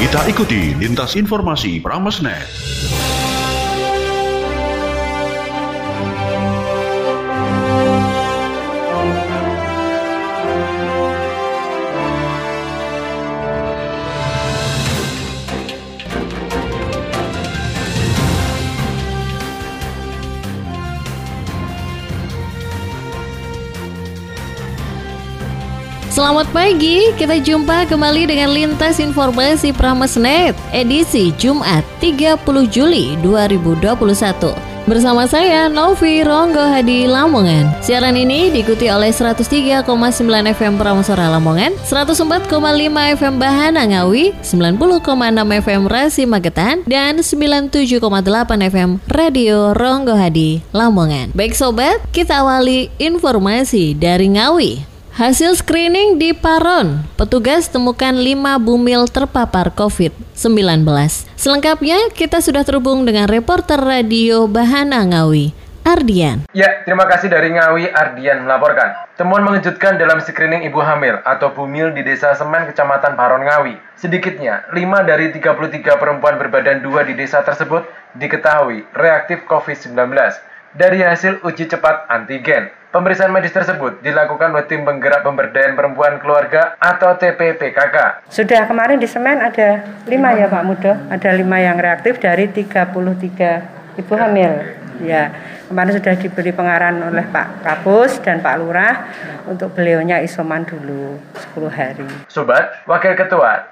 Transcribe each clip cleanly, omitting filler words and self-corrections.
Kita ikuti lintas informasi Pramesnet. Selamat pagi, kita jumpa kembali dengan Lintas Informasi Pramesnet edisi Jumat 30 Juli 2021. Bersama saya Novi Ronggo Hadi Lamongan. Siaran ini diikuti oleh 103,9 FM Pramesora Lamongan, 104,5 FM Bahana Ngawi, 90,6 FM Rasi Magetan, dan 97,8 FM Radio Ronggo Hadi Lamongan. Baik sobat, kita awali informasi dari Ngawi. Hasil screening di Paron, petugas temukan 5 bumil terpapar COVID-19. Selengkapnya kita sudah terhubung dengan reporter radio Bahana Ngawi, Ardian. Ya, terima kasih dari Ngawi, Ardian melaporkan. Temuan mengejutkan dalam screening ibu hamil atau bumil di Desa Semen, Kecamatan Paron, Ngawi. Sedikitnya, 5 dari 33 perempuan berbadan 2 di desa tersebut diketahui reaktif COVID-19 dari hasil uji cepat antigen. Pemeriksaan medis tersebut dilakukan oleh Tim Penggerak Pemberdayaan Perempuan Keluarga atau TPPKK. Sudah kemarin di Semen ada 5 ya Pak Mudo, ada 5 yang reaktif dari 33 ibu hamil. Ya, kemarin sudah diberi pengarahan oleh Pak Kapus dan Pak Lurah untuk beliaunya isoman dulu 10 hari. Sobat, Wakil Ketua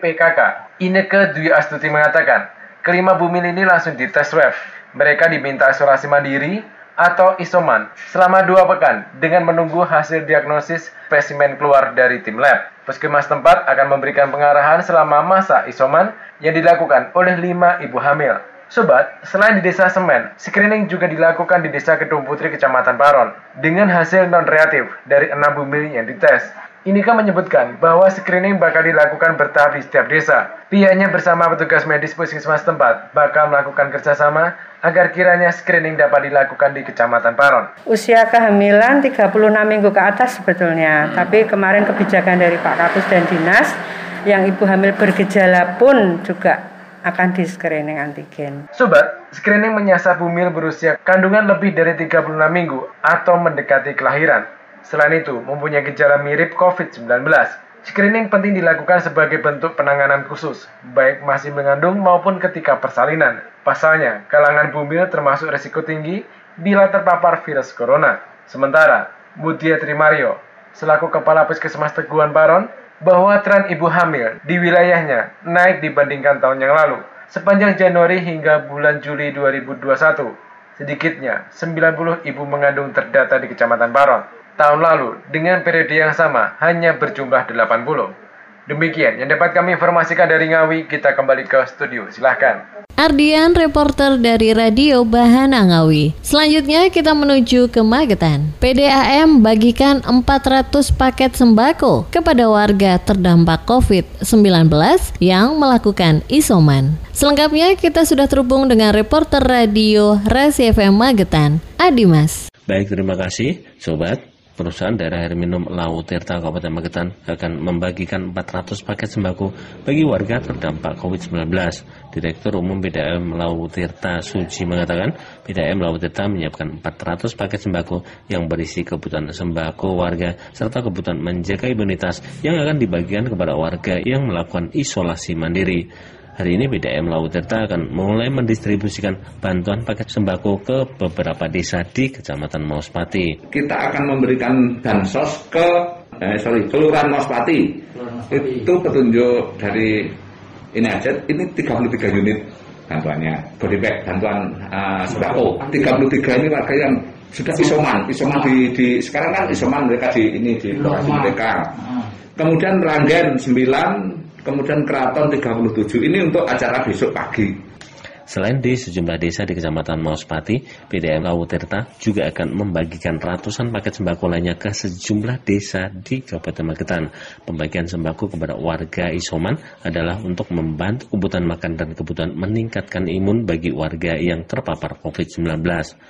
TPPKK Ineke Dwi Astuti mengatakan, kelima bumil ini langsung dites swab. Mereka diminta isolasi mandiri atau isoman selama 2 pekan dengan menunggu hasil diagnosis spesimen keluar dari tim lab. Puskesmas tempat akan memberikan pengarahan selama masa isoman yang dilakukan oleh 5 ibu hamil. Sobat, selain di Desa Semen, screening juga dilakukan di Desa Kedung Putri, Kecamatan Paron dengan hasil non-reaktif dari 6 bumil yang dites. Inika menyebutkan bahwa screening bakal dilakukan bertahap di setiap desa. Pihaknya bersama petugas medis puskesmas tempat bakal melakukan kerjasama agar kiranya screening dapat dilakukan di Kecamatan Paron. Usia kehamilan 36 minggu ke atas sebetulnya, tapi kemarin kebijakan dari Pak Kapus dan Dinas, yang ibu hamil bergejala pun juga akan di screening antigen. Sobat, screening menyasar bumil berusia kandungan lebih dari 36 minggu atau mendekati kelahiran. Selain itu, mempunyai gejala mirip COVID-19. Screening penting dilakukan sebagai bentuk penanganan khusus, baik masih mengandung maupun ketika persalinan. Pasalnya, kalangan bumil termasuk risiko tinggi bila terpapar virus corona. Sementara, Mutia Trimario, selaku Kepala Puskesmas Teguhan Paron, bahwa tren ibu hamil di wilayahnya naik dibandingkan tahun yang lalu. Sepanjang Januari hingga bulan Juli 2021, sedikitnya 90 ibu mengandung terdata di Kecamatan Paron. Tahun lalu, dengan periode yang sama, hanya berjumlah 80. Demikian yang dapat kami informasikan dari Ngawi, kita kembali ke studio, silahkan. Ardian, reporter dari Radio Bahana Ngawi. Selanjutnya kita menuju ke Magetan. PDAM bagikan 400 paket sembako kepada warga terdampak COVID-19 yang melakukan isoman. Selengkapnya kita sudah terhubung dengan reporter Radio Rasi FM Magetan, Adimas. Baik, terima kasih, Sobat. Perusahaan daerah air minum Lawu Tirta Kabupaten Magetan akan membagikan 400 paket sembako bagi warga terdampak COVID-19. Direktur Umum PDAM Lawu Tirta Suci mengatakan, PDAM Lawu Tirta menyiapkan 400 paket sembako yang berisi kebutuhan sembako warga serta kebutuhan menjaga imunitas yang akan dibagikan kepada warga yang melakukan isolasi mandiri. Hari ini PDAM Lawu Tirta akan mulai mendistribusikan bantuan paket sembako ke beberapa desa di Kecamatan Mauspati. Kita akan memberikan bansos ke Kelurahan Mauspati. Itu petunjuk dari ini aja, ini 33 unit bantuannya, body bag bantuan sembako. 33 ini warga yang sudah isoman di sekarang kan isoman mereka di lokasi mereka. Kemudian Ranggen 9, kemudian Keraton 37, ini untuk acara besok pagi. Selain di sejumlah desa di Kecamatan Mauspati, PDAM Lawu Tirta juga akan membagikan ratusan paket sembako lainnya ke sejumlah desa di Kabupaten Magetan. Pembagian sembako kepada warga isoman adalah untuk membantu kebutuhan makan dan kebutuhan meningkatkan imun bagi warga yang terpapar COVID-19.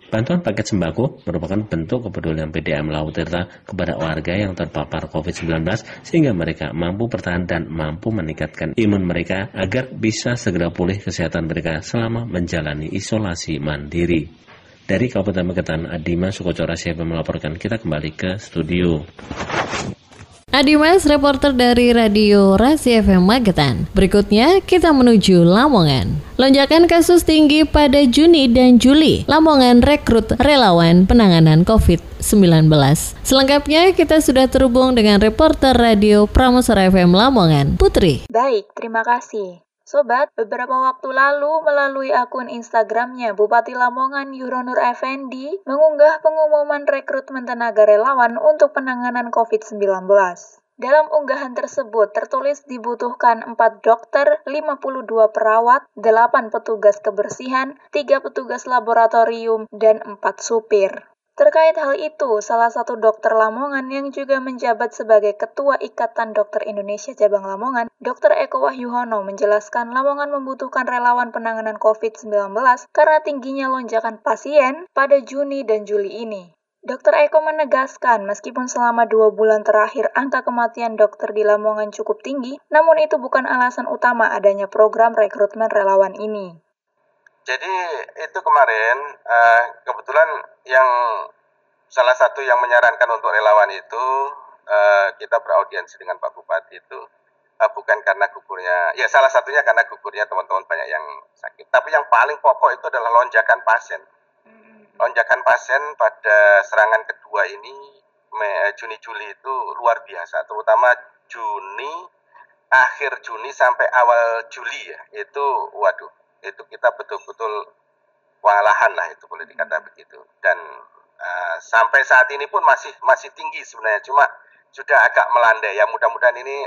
Bantuan paket sembako merupakan bentuk kepedulian PDAM Lawu Tirta kepada warga yang terpapar COVID-19 sehingga mereka mampu bertahan dan mampu meningkatkan imun mereka agar bisa segera pulih kesehatan mereka selama menjalani isolasi mandiri. Dari Kabupaten Magetan, Adima Sukocora Siapa melaporkan. Kita kembali ke studio. Adimas, reporter dari Radio Rasi FM Magetan. Berikutnya kita menuju Lamongan. Lonjakan kasus tinggi pada Juni dan Juli. Lamongan rekrut relawan penanganan COVID-19. Selengkapnya kita sudah terhubung dengan reporter Radio Prameswara FM Lamongan, Putri. Baik, terima kasih. Sobat, beberapa waktu lalu melalui akun Instagramnya, Bupati Lamongan Yuronur Effendi mengunggah pengumuman rekrutmen tenaga relawan untuk penanganan COVID-19. Dalam unggahan tersebut tertulis dibutuhkan 4 dokter, 52 perawat, 8 petugas kebersihan, 3 petugas laboratorium, dan 4 supir. Terkait hal itu, salah satu dokter Lamongan yang juga menjabat sebagai Ketua Ikatan Dokter Indonesia Cabang Lamongan, Dr. Eko Wahyuhono menjelaskan Lamongan membutuhkan relawan penanganan COVID-19 karena tingginya lonjakan pasien pada Juni dan Juli ini. Dr. Eko menegaskan meskipun selama 2 bulan terakhir angka kematian dokter di Lamongan cukup tinggi, namun itu bukan alasan utama adanya program rekrutmen relawan ini. Jadi itu kemarin kebetulan yang salah satu yang menyarankan untuk relawan itu kita beraudiensi dengan Pak Bupati itu bukan karena gugurnya, ya salah satunya karena gugurnya teman-teman banyak yang sakit. Tapi yang paling pokok itu adalah lonjakan pasien. Lonjakan pasien pada serangan kedua ini Juni-Juli itu luar biasa, terutama akhir Juni sampai awal Juli ya, itu waduh. Itu kita betul-betul kewalahan lah, itu boleh dikata begitu. Dan sampai saat ini pun masih tinggi sebenarnya, cuma sudah agak melandai. Ya mudah-mudahan ini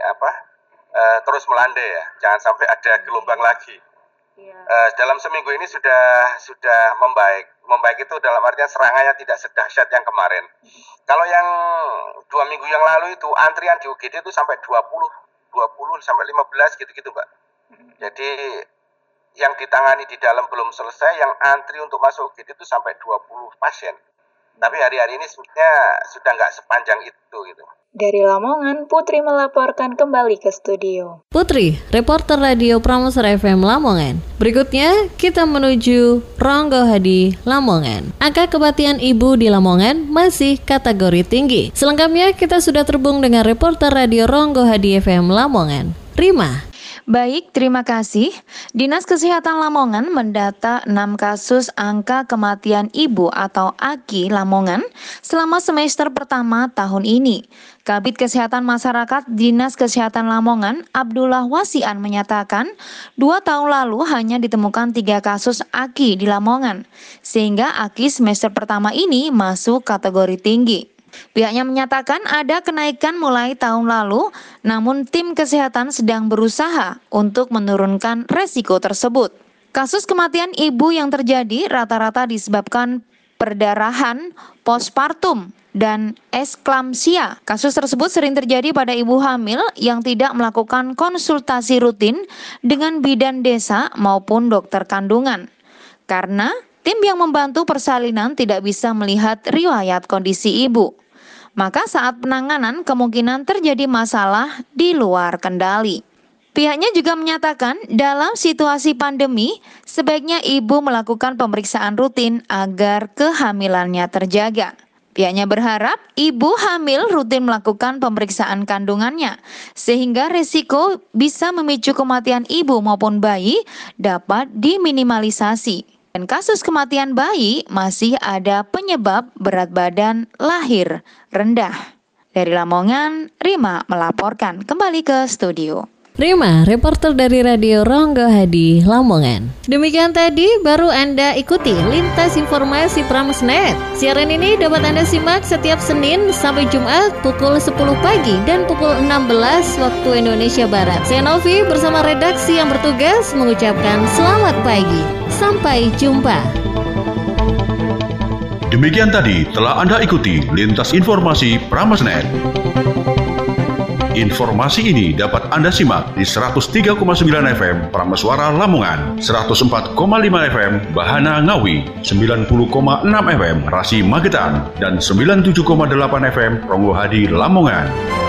terus melandai ya, jangan sampai ada gelombang lagi. Dalam seminggu ini sudah membaik. Membaik itu dalam artian serangannya tidak sedahsyat yang kemarin. Kalau yang 2 minggu yang lalu itu antrian di UGD itu sampai 20 sampai 15 gitu-gitu, Mbak. Jadi yang ditangani di dalam belum selesai, yang antri untuk masuk UGD itu sampai 20 pasien. Tapi hari-hari ini sebenarnya sudah nggak sepanjang itu gitu. Dari Lamongan, Putri melaporkan kembali ke studio. Putri, reporter Radio Prameswara FM Lamongan. Berikutnya kita menuju Ronggo Hadi, Lamongan. Angka kematian ibu di Lamongan masih kategori tinggi. Selengkapnya kita sudah terhubung dengan reporter Radio Ronggo Hadi FM Lamongan, Rima. Baik, terima kasih. Dinas Kesehatan Lamongan mendata 6 kasus angka kematian ibu atau AKI Lamongan selama semester pertama tahun ini. Kabid Kesehatan Masyarakat Dinas Kesehatan Lamongan, Abdullah Wasian menyatakan 2 tahun lalu hanya ditemukan 3 kasus AKI di Lamongan, sehingga AKI semester pertama ini masuk kategori tinggi. Pihaknya menyatakan ada kenaikan mulai tahun lalu, namun tim kesehatan sedang berusaha untuk menurunkan resiko tersebut. Kasus kematian ibu yang terjadi rata-rata disebabkan perdarahan postpartum dan eklamsia. Kasus tersebut sering terjadi pada ibu hamil yang tidak melakukan konsultasi rutin dengan bidan desa maupun dokter kandungan. Karena tim yang membantu persalinan tidak bisa melihat riwayat kondisi ibu. Maka saat penanganan kemungkinan terjadi masalah di luar kendali. Pihaknya juga menyatakan dalam situasi pandemi, sebaiknya ibu melakukan pemeriksaan rutin agar kehamilannya terjaga. Pihaknya berharap ibu hamil rutin melakukan pemeriksaan kandungannya, sehingga risiko bisa memicu kematian ibu maupun bayi dapat diminimalisasi. Dan kasus kematian bayi masih ada penyebab berat badan lahir rendah. Dari Lamongan, Rima melaporkan. Kembali ke studio. Rima, reporter dari Radio Ronggo Hadi, Lamongan. Demikian tadi baru Anda ikuti Lintas Informasi Pramesnet. Siaran ini dapat Anda simak setiap Senin sampai Jumat pukul 10 pagi dan pukul 16 waktu Indonesia Barat. Saya Novi bersama redaksi yang bertugas mengucapkan selamat pagi. Sampai jumpa. Demikian tadi telah Anda ikuti Lintas Informasi Pramesnet. Informasi ini dapat Anda simak di 103,9 FM Prameswara Lamongan, 104,5 FM Bahana Ngawi, 90,6 FM Rasi Magetan, dan 97,8 FM Ronggo Hadi Lamongan.